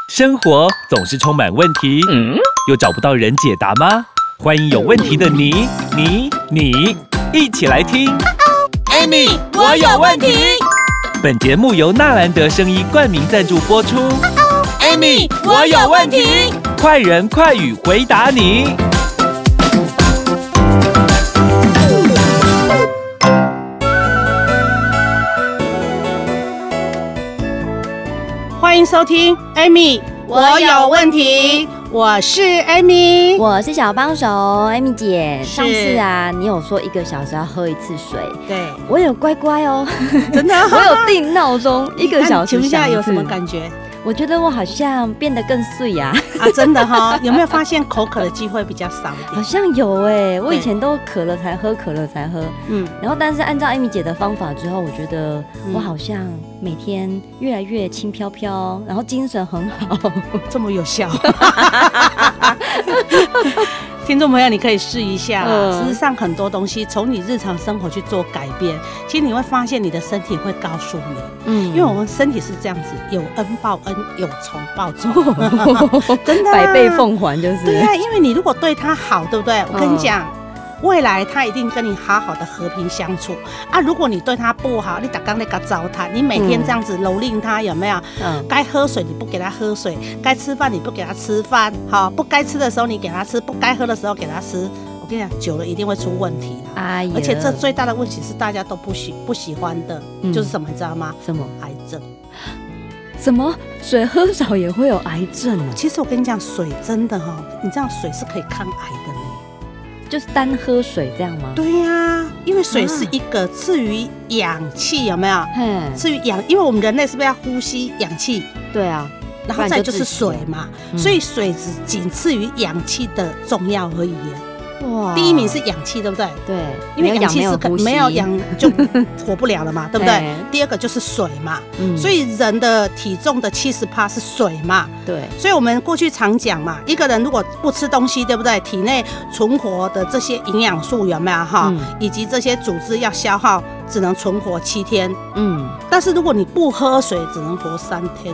生活总是充满问题，又找不到人解答吗？欢迎有问题的你一起来听。 Amy， 我有问题。 本节目由纳兰德生医冠名赞助播出。 Amy， 我有问题。 快人快语回答你。 欢迎收听 Amy， 我有问题。我是 Amy， 我是小帮手 Amy 姐。上次啊，你有说1个小时要喝1次水， 对， 我有乖乖哦， 真的， 我有定闹钟1个小时。 请问一下有什么感觉？ 我觉得我好像变得更碎呀！ 啊，真的哈，有没有发现口渴的机会比较少一点？ 好像有哎，我以前都渴了才喝，然后但是按照 Amy 姐的方法之后，我觉得我好像每天越来越轻飘飘，然后精神很好， 这么有效。听众朋友，你可以试一下啦。事实上，很多东西从你日常生活去做改变，其实你会发现你的身体会告诉你。因为我们身体是这样子，有恩报恩，有仇报仇，真的百倍奉还就是。 对啊，因为你如果对他好，对不对？我跟你讲。未来他一定跟你好好的和平相处啊！如果你对他不好，你每天在给他糟蹋，你每天这样子蹂躏他，有没有？该喝水你不给他喝水，该吃饭你不给他吃饭，好，不该吃的时候你给他吃，不该喝的时候给他吃。我跟你讲，久了一定会出问题的。而且这最大的问题是大家都不喜欢的，就是什么，你知道吗？ 什么？ 癌症。 什么？水喝少也会有癌症啊？ 其实我跟你讲，水真的哈，你知道水是可以抗癌的呢。 就是单喝水这样吗？ 对呀，因为水是一个赐予氧气，有没有？赐予氧，因为我们人类是不是要呼吸氧气？ 对啊， 然后再就是水嘛，所以水仅次于氧气的重要而已。哇，第一名是氧气，对不对？ 对， 因为氧气是没有氧就活不了了嘛，对不对？第二个就是水嘛，所以人的体重的70%是水嘛， 对。 所以我们过去常讲嘛，一个人如果不吃东西，对不对？体内存活的这些营养素有没有哈？以及这些组织要消耗，只能存活7天。但是如果你不喝水，只能活3天。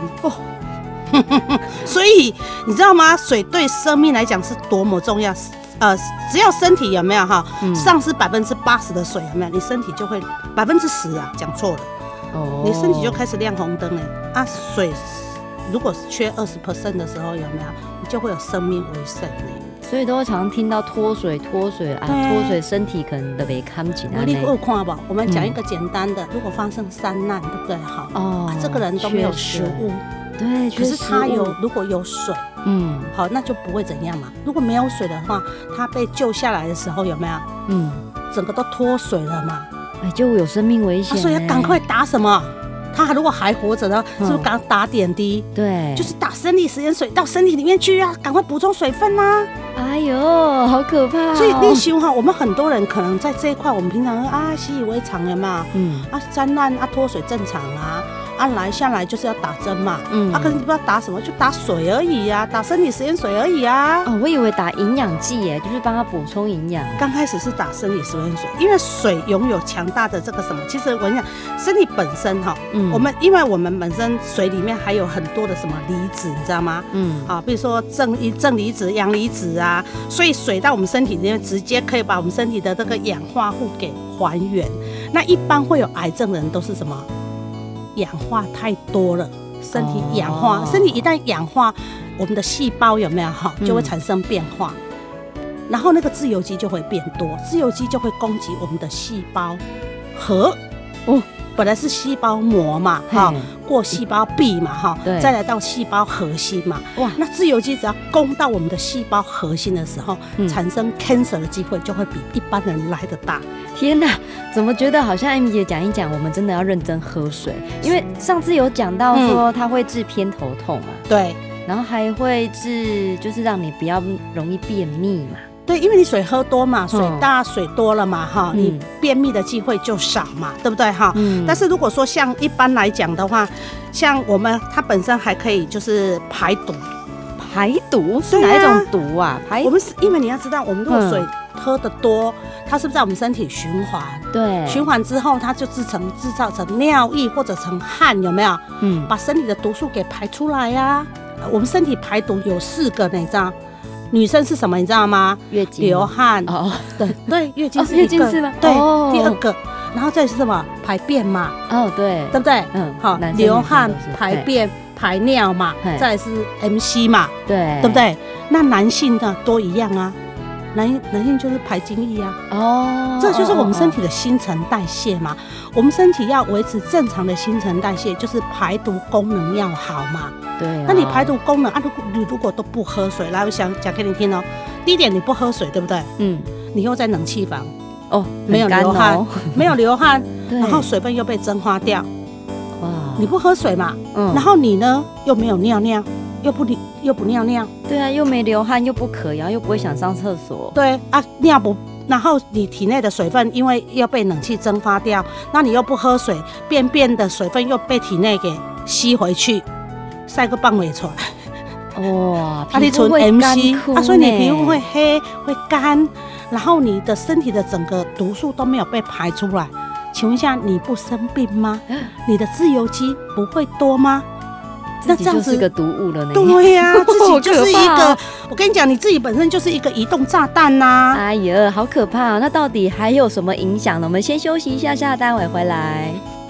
所以你知道吗？水对生命来讲是多么重要。只要身体有没有哈，丧失80%的水有没有，你身体就会10%啊，讲错了，你身体就开始亮红灯了啊。水如果缺20% 的时候有没有，你就会有生命危险呢。 所以都会常听到脱水啊，脱水身体可能都被看紧啊。 你有看吧？我们讲一个简单的，如果发生山难，对不对？好，这个人都没有食物。 对， 可是他如果有水，好，那就不会怎样嘛。如果没有水的话，他被救下来的时候有没有？整个都脱水了嘛， 就有生命危险。 所以要赶快打什么？他如果还活着呢，是不是赶快打点滴？ 对， 就是打生理食盐水到身体里面去啊，赶快补充水分啊。 哎呦，好可怕！ 所以练习哈，我们很多人可能在这一块，我们平常习以为常了嘛。山难脱水正常啊。来下来就是要打针嘛，可是你不知道打什么，就打水而已啊，打生理食盐水而已啊。 我以为打营养剂耶，就是帮他补充营养。 刚开始是打生理食盐水，因为水拥有强大的这个什么，其实我跟你讲，身体本身哈，因为我们本身水里面还有很多的什么离子，你知道吗？比如说正离子、阳离子啊，所以水到我们身体里面直接可以把我们身体的这个氧化物给还原。那一般会有癌症的人都是什么？氧化太多了，身体氧化，身体一旦氧化，我们的细胞有没有哈，就会产生变化，然后那个自由基就会变多，自由基就会攻击我们的细胞核。本来是细胞膜嘛，过细胞壁嘛，再来到细胞核心嘛，那自由基只要攻到我们的细胞核心的时候，产生 cancer 的机会就会比一般人来得大。 天哪，怎么觉得好像 Amy 姐讲一讲，我们真的要认真喝水？因为上次有讲到说它会治偏头痛嘛， 对， 然后还会治就是让你比较容易便秘嘛。 对，因为你水喝多嘛，水大水多了嘛，你便秘的机会就少嘛，对不对哈？但是如果说像一般来讲的话，像我们它本身还可以就是排毒。 排毒是哪一种毒啊？ 我们是因为你要知道，我们如果水喝得多，它是不是在我们身体循环？ 对， 循环之后，它就制造成尿液或者成汗，有没有？把身体的毒素给排出来呀。 我们身体排毒有4个呢，你知道？女生是什么？你知道吗？ 月经、 流汗。 哦， 对，月经是月经是吗？ 对，第2个，然后再是什么？排便嘛。 哦，对不对？好，流汗、排便、排尿嘛，再来是 MC 嘛，对不对？那男性的都一样啊。男性就是排精液啊，这就是我们身体的新陈代谢嘛。我们身体要维持正常的新陈代谢，就是排毒功能要好嘛。对，那你排毒功能啊，如果都不喝水，来，我想讲给你听哦。第一点，你不喝水，对不对？你又在冷气房，没有流汗，没有流汗，然后水分又被蒸发掉，哇，你不喝水嘛，然后你呢又没有尿尿。又不尿尿， 对啊，又没流汗，又不渴，然后又不会想上厕所， 对啊，尿不，然后你体内的水分因为要被冷气蒸发掉，那你又不喝水，便的水分又被体内给吸回去，晒个棒尾出来， 哇，皮肤会干枯， 所以你皮肤会黑会干，然后你的身体的整个毒素都没有被排出来。请问一下，你不生病吗？你的自由基不会多吗？ 那这样子就是个毒物了呢。 对呀，自己就是一个，我跟你讲，你自己本身就是一个移动炸弹呐。 哎呀，好可怕！那到底还有什么影响呢？我们先休息一下下，待会回来。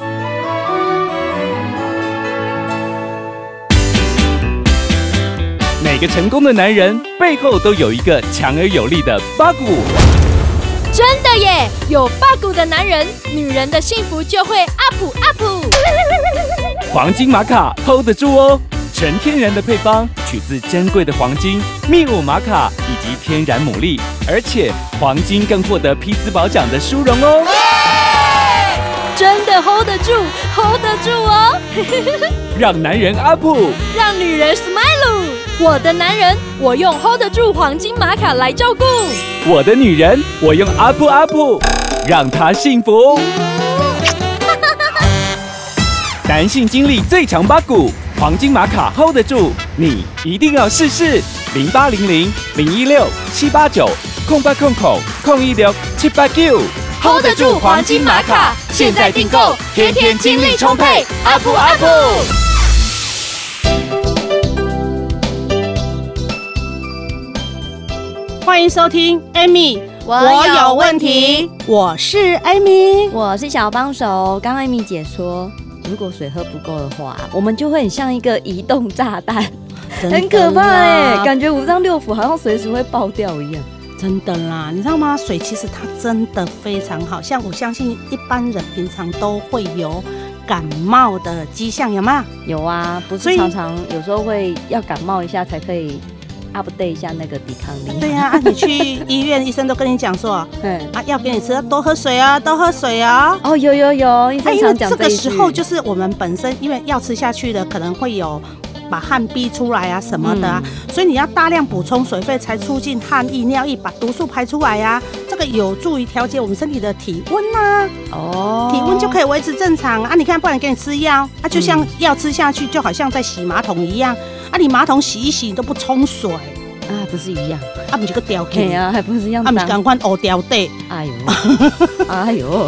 每个成功的男人背后都有一个强而有力的八股。 真的耶，有八股的男人，女人的幸福就会 up。 黄金玛卡 hold 得住哦，纯天然的配方，取自珍贵的黄金、秘鲁玛卡以及天然牡蛎，而且黄金更获得匹兹堡奖的殊荣哦。 真的 hold 得住 ，hold 得住哦！ 让男人 up， 让女人 smile。我的男人，我用 hold 得住黄金玛卡来照顾； 我的女人，我用 up， 让她幸福。男性精力最强八股，黄金玛卡 hold 得住，你一定要试试。0800-016-7890800-016-789 hold 得住黄金玛卡，现在订购，天天精力充沛 ，up。 欢迎收听 Amy， 我有问题，我是 Amy， 我是小帮手。刚刚 Amy 姐说，如果水喝不够的话，我们就会很像一个移动炸弹，很可怕哎，感觉五脏六腑好像随时会爆掉一样。 真的啦，你知道吗？水其实它真的非常好，像我相信一般人平常都会有感冒的迹象，有吗？ 有啊，不是常常有时候会要感冒一下才可以 update 一下那个抵抗力。 对啊，你去医院，医生都跟你讲说，要给你吃多喝水啊，多喝水啊。 哦，有，医生常讲这一句。因为这个时候就是我们本身因为药吃下去的，可能会有把汗逼出来啊什么的啊，所以你要大量补充水分，才促进汗液、尿液把毒素排出来啊。这个有助于调节我们身体的体温啊。哦，体温就可以维持正常啊。你看，不然给你吃药啊，就像药吃下去，就好像在洗马桶一样啊。你马桶洗一洗，你都不冲水啊，不是一样啊？不是个掉气啊，还不是一样？ 啊，不是赶快黑掉底。 哎呦，哎呦。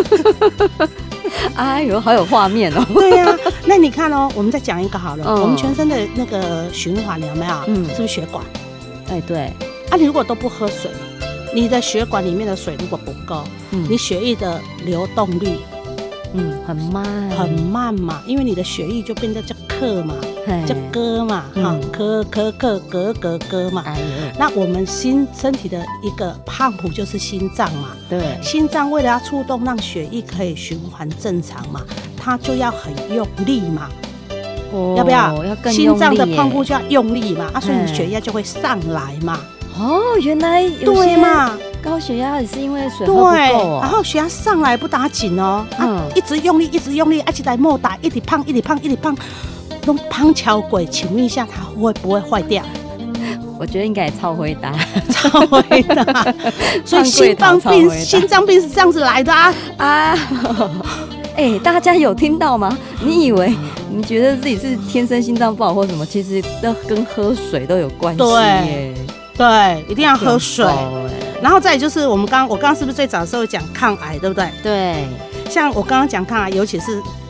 哎呦，好有画面哦！ 对呀，那你看哦，我们再讲一个好了，我们全身的那个循环有没有？是不是血管？ 哎，对。 啊，你如果都不喝水，你的血管里面的水如果不够，你血液的流动率， 很慢嘛，因为你的血液就变得叫克嘛，叫歌嘛，歌嘛。那我们身体的一个pump就是心脏嘛，对，心脏为了要触动让血液可以循环正常嘛，它就要很用力嘛，要不要？ 要更用力， 心脏的pump就要用力嘛，所以你血压就会上来嘛。 哦，原来有些嘛，高血压也是因为水喝不够哦。 然后血压上来不打紧哦，一直用力，一直来莫打，一直胖，弄胖桥鬼，请问一下，它会不会坏掉？ 我觉得应该也超会打， 超会打。所以心脏病是这样子来的啊！ 大家有听到吗？你觉得自己是天生心脏不好或什么，其实都跟喝水都有关系耶。 对，一定要喝水。然后再来就是我刚刚是不是最早的时候讲抗癌，对不对？ 对。 像我刚刚讲抗癌，尤其是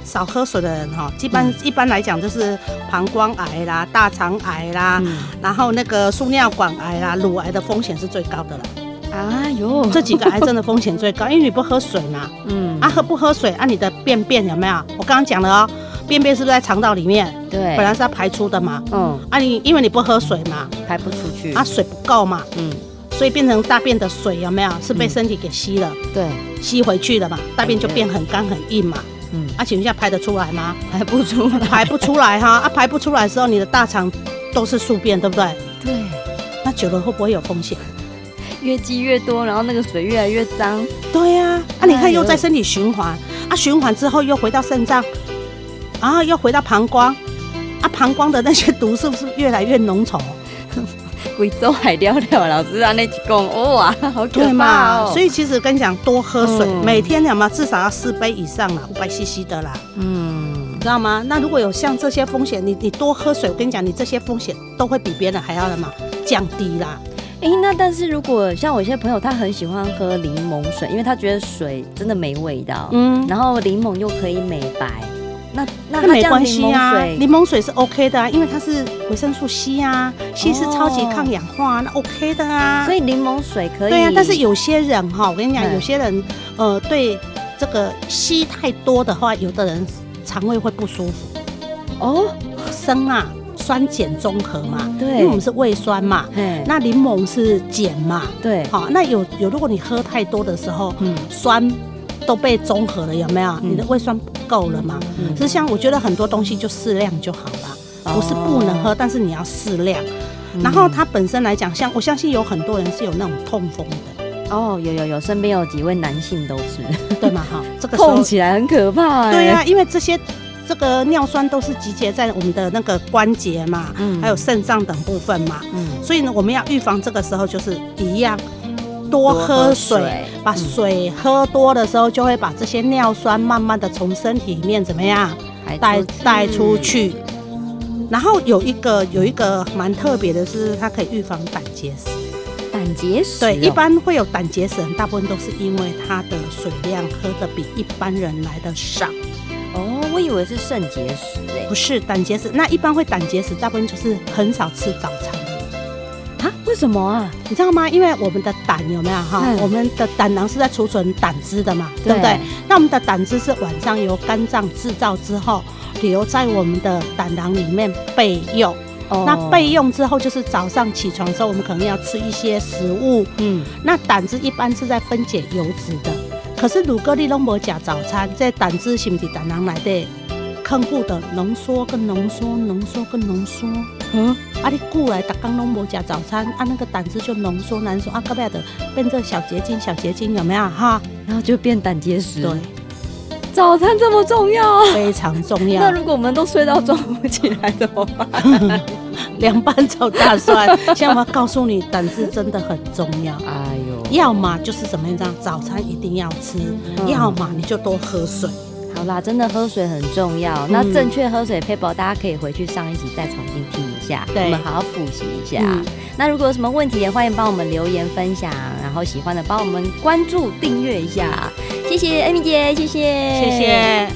少喝水的人哈，一般来讲就是膀胱癌啦、大肠癌啦，然后那个输尿管癌啦、乳癌的风险是最高的啦。 哎呦， 这几个癌症的风险最高，因为你不喝水嘛。不喝水你的便便有没有？我刚刚讲了哦，便便是不是在肠道里面？ 对， 本来是要排出的嘛。因为你不喝水嘛， 排不出去。 水不够嘛。所以变成大便的水有没有？是被身体给吸了。对，吸回去了嘛，大便就变很干很硬嘛。请问一下排得出来吗？ 排不出来， 排不出来哈。排不出来的时候，你的大肠都是宿便，对不对？ 对。 那久了会不会有风险？ 越积越多，然后那个水越来越脏。 对呀，你看又在身体循环，循环之后又回到肾脏，然后又回到膀胱，膀胱的那些毒是不是越来越浓稠？ 贵州海了了，老师那几公哇，好可怕哦！ 所以其实跟你讲，多喝水，每天有没有至少要4杯以上啦，500cc 的啦。知道吗？那如果有像这些风险，你多喝水，我跟你讲，你这些风险都会比别人还要降低啦。 那但是如果像我一些朋友，他很喜欢喝柠檬水，因为他觉得水真的没味道，然后柠檬又可以美白，那没关系啊，柠檬水是 OK 的啊，因为它是维生素 C 啊，C 是超级抗氧化，那 OK 的啊。所以柠檬水可以。 对啊，但是有些人我跟你讲，有些人对这个 C 太多的话，有的人肠胃会不舒服。生酸碱中和嘛，对，因为我们是胃酸嘛，那柠檬是碱嘛，对，那有如果你喝太多的时候，酸都被中和了，有没有？你的胃酸不够了嘛？是像我觉得很多东西就适量就好了，不是不能喝，但是你要适量。然后它本身来讲，像我相信有很多人是有那种痛风的。 有，身边有几位男性都是， 对嘛？这个痛起来很可怕。 对啊，因为这个尿酸都是集结在我们的那个关节嘛，还有肾脏等部分嘛，所以呢，我们要预防这个时候就是一样，多喝水，把水喝多的时候，就会把这些尿酸慢慢的从身体里面怎么样带出去。然后有一个蛮特别的是，它可以预防胆结石。 胆结石？ 对，一般会有胆结石，大部分都是因为它的水量喝的比一般人来的少。 我以为是肾结石不是胆结石。那一般会胆结石，大部分就是很少吃早餐的。 为什么啊？ 你知道吗？因为我们的胆有没有我们的胆囊是在储存胆汁的嘛，对不对？那我们的胆汁是晚上由肝脏制造之后，留在我们的胆囊里面备用。那备用之后，就是早上起床的时候，我们可能要吃一些食物。那胆汁一般是在分解油脂的。可是如果你都没吃早餐，这胆汁是不是胆囊来的坑固的浓缩跟浓缩，浓缩跟浓缩？你固来每天都没吃早餐，那个胆汁就浓缩难缩，到尾的变成小结晶有没有然后就变胆结石。 对， 早餐这么重要， 非常重要。 那如果我们都睡到中午起来怎么办？ 凉拌炒大蒜。现在我要告诉你，胆汁真的很重要。要么就是怎么样，早餐一定要吃，要么你就多喝水。 好啦，真的喝水很重要。那正确喝水撇步，大家可以回去上一集再重新听一下，我们好好复习一下。那如果有什么问题，也欢迎帮我们留言分享，然后喜欢的帮我们关注订阅一下。谢谢Amy姐，谢谢。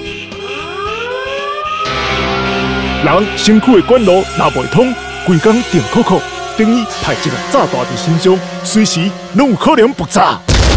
人身躯的管路若袂通，规工电扣扣，等于派一个炸弹在身上，随时拢有可能爆炸。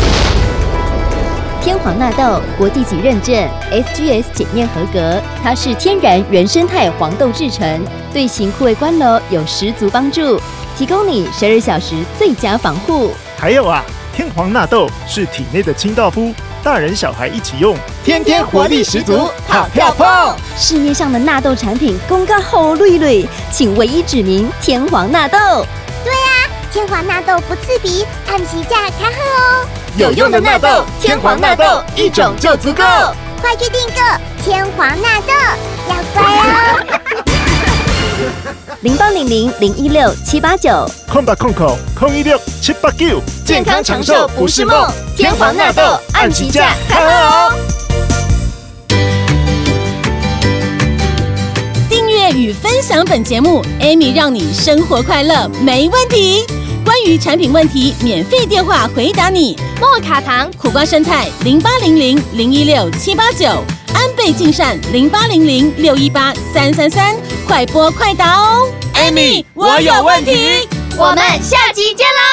天皇纳豆国际级认证 ，SGS 检验合格，它是天然原生态黄豆制成，对型枯萎关楼有十足帮助，提供你12小时最佳防护。 还有啊，天皇纳豆是体内的清道夫，大人小孩一起用， 天天活力十足，跑跳碰。市面上的纳豆产品公告好累累，请唯一指明天皇纳豆。 对啊，天皇纳豆不刺鼻，按时价开喝哦。 有用的纳豆，天皇纳豆一种就足够， 快去订购天皇纳豆，要乖哦。 0800-016-789， 空白空口016-789， 健康长寿不是梦，天皇纳豆按期价开喝哦。 订阅与分享本节目 ，Amy 让你生活快乐没问题。关于产品问题，免费电话回答你。 莫卡糖、 苦瓜生态0800-016-789 安倍晋善0800618333，快拨快答哦。Amy， 我有问题， 我们下集见啦！